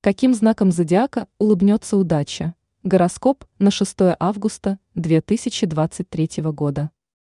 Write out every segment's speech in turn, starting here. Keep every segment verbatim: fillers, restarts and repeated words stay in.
Каким знаком зодиака улыбнется удача? Гороскоп на шестое августа две тысячи двадцать третьего года.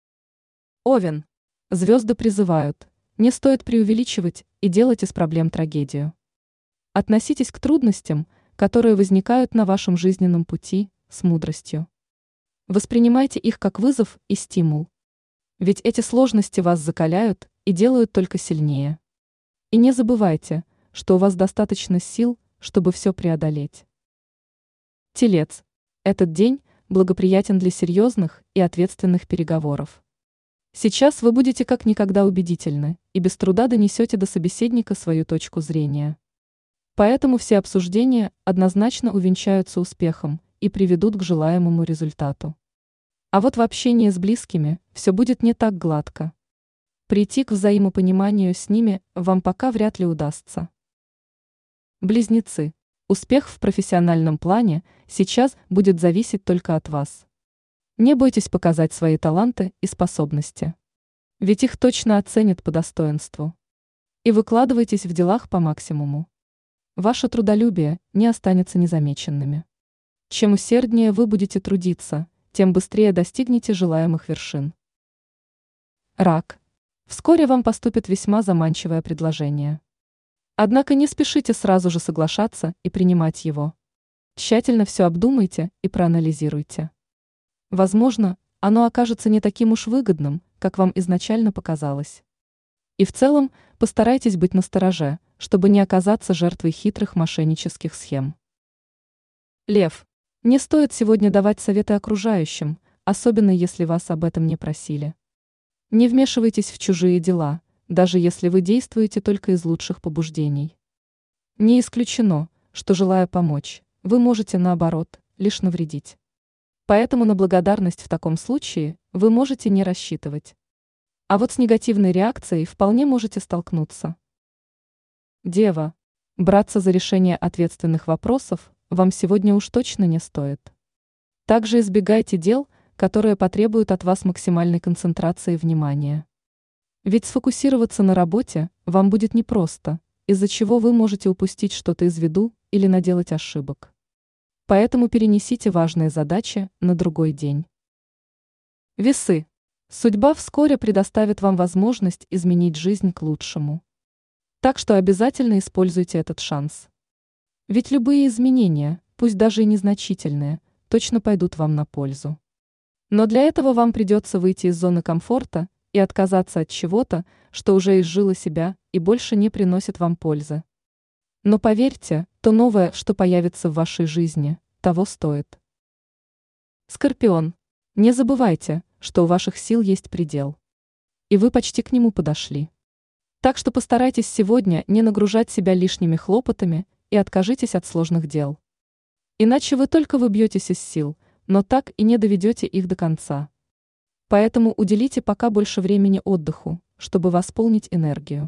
Овен. Звезды призывают. Не стоит преувеличивать и делать из проблем трагедию. Относитесь к трудностям, которые возникают на вашем жизненном пути, с мудростью. Воспринимайте их как вызов и стимул. Ведь эти сложности вас закаляют и делают только сильнее. И не забывайте, что у вас достаточно сил, чтобы все преодолеть. Телец. Этот день благоприятен для серьезных и ответственных переговоров. Сейчас вы будете как никогда убедительны и без труда донесете до собеседника свою точку зрения. Поэтому все обсуждения однозначно увенчаются успехом и приведут к желаемому результату. А вот в общении с близкими все будет не так гладко. Прийти к взаимопониманию с ними вам пока вряд ли удастся. Близнецы. Успех в профессиональном плане сейчас будет зависеть только от вас. Не бойтесь показать свои таланты и способности. Ведь их точно оценят по достоинству. И выкладывайтесь в делах по максимуму. Ваше трудолюбие не останется незамеченными. Чем усерднее вы будете трудиться, тем быстрее достигнете желаемых вершин. Рак. Вскоре вам поступит весьма заманчивое предложение. Однако не спешите сразу же соглашаться и принимать его. Тщательно все обдумайте и проанализируйте. Возможно, оно окажется не таким уж выгодным, как вам изначально показалось. И в целом постарайтесь быть настороже, чтобы не оказаться жертвой хитрых мошеннических схем. Лев. Не стоит сегодня давать советы окружающим, особенно если вас об этом не просили. Не вмешивайтесь в чужие дела, даже если вы действуете только из лучших побуждений. Не исключено, что, желая помочь, вы можете, наоборот, лишь навредить. Поэтому на благодарность в таком случае вы можете не рассчитывать. А вот с негативной реакцией вполне можете столкнуться. Дева. Браться за решение ответственных вопросов вам сегодня уж точно не стоит. Также избегайте дел, которые потребуют от вас максимальной концентрации внимания. Ведь сфокусироваться на работе вам будет непросто, из-за чего вы можете упустить что-то из виду или наделать ошибок. Поэтому перенесите важные задачи на другой день. Весы. Судьба вскоре предоставит вам возможность изменить жизнь к лучшему. Так что обязательно используйте этот шанс. Ведь любые изменения, пусть даже и незначительные, точно пойдут вам на пользу. Но для этого вам придется выйти из зоны комфорта и отказаться от чего-то, что уже изжило себя и больше не приносит вам пользы. Но поверьте, то новое, что появится в вашей жизни, того стоит. Скорпион. Не забывайте, что у ваших сил есть предел. И вы почти к нему подошли. Так что постарайтесь сегодня не нагружать себя лишними хлопотами и откажитесь от сложных дел. Иначе вы только выбьетесь из сил, но так и не доведете их до конца. Поэтому уделите пока больше времени отдыху, чтобы восполнить энергию.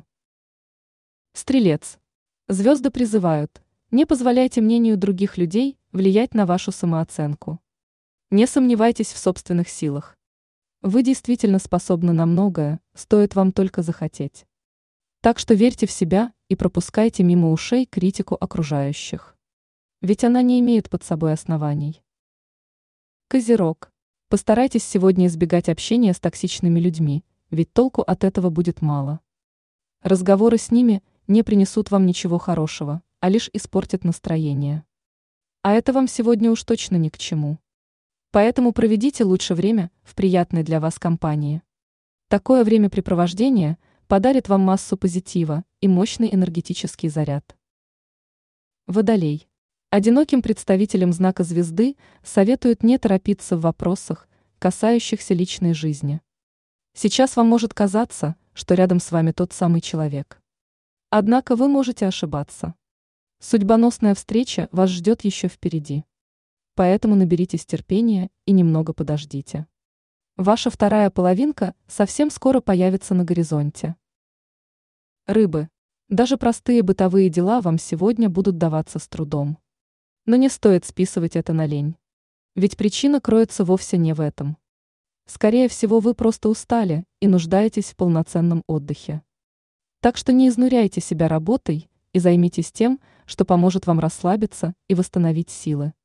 Стрелец. Звезды призывают: не позволяйте мнению других людей влиять на вашу самооценку. Не сомневайтесь в собственных силах. Вы действительно способны на многое, стоит вам только захотеть. Так что верьте в себя и пропускайте мимо ушей критику окружающих. Ведь она не имеет под собой оснований. Козерог. Постарайтесь сегодня избегать общения с токсичными людьми, ведь толку от этого будет мало. Разговоры с ними не принесут вам ничего хорошего, а лишь испортят настроение. А это вам сегодня уж точно ни к чему. Поэтому проведите лучше время в приятной для вас компании. Такое времяпрепровождение подарит вам массу позитива и мощный энергетический заряд. Водолей. Одиноким представителям знака звезды советуют не торопиться в вопросах, касающихся личной жизни. Сейчас вам может казаться, что рядом с вами тот самый человек. Однако вы можете ошибаться. Судьбоносная встреча вас ждет еще впереди. Поэтому наберитесь терпения и немного подождите. Ваша вторая половинка совсем скоро появится на горизонте. Рыбы. Даже простые бытовые дела вам сегодня будут даваться с трудом. Но не стоит списывать это на лень. Ведь причина кроется вовсе не в этом. Скорее всего, вы просто устали и нуждаетесь в полноценном отдыхе. Так что не изнуряйте себя работой и займитесь тем, что поможет вам расслабиться и восстановить силы.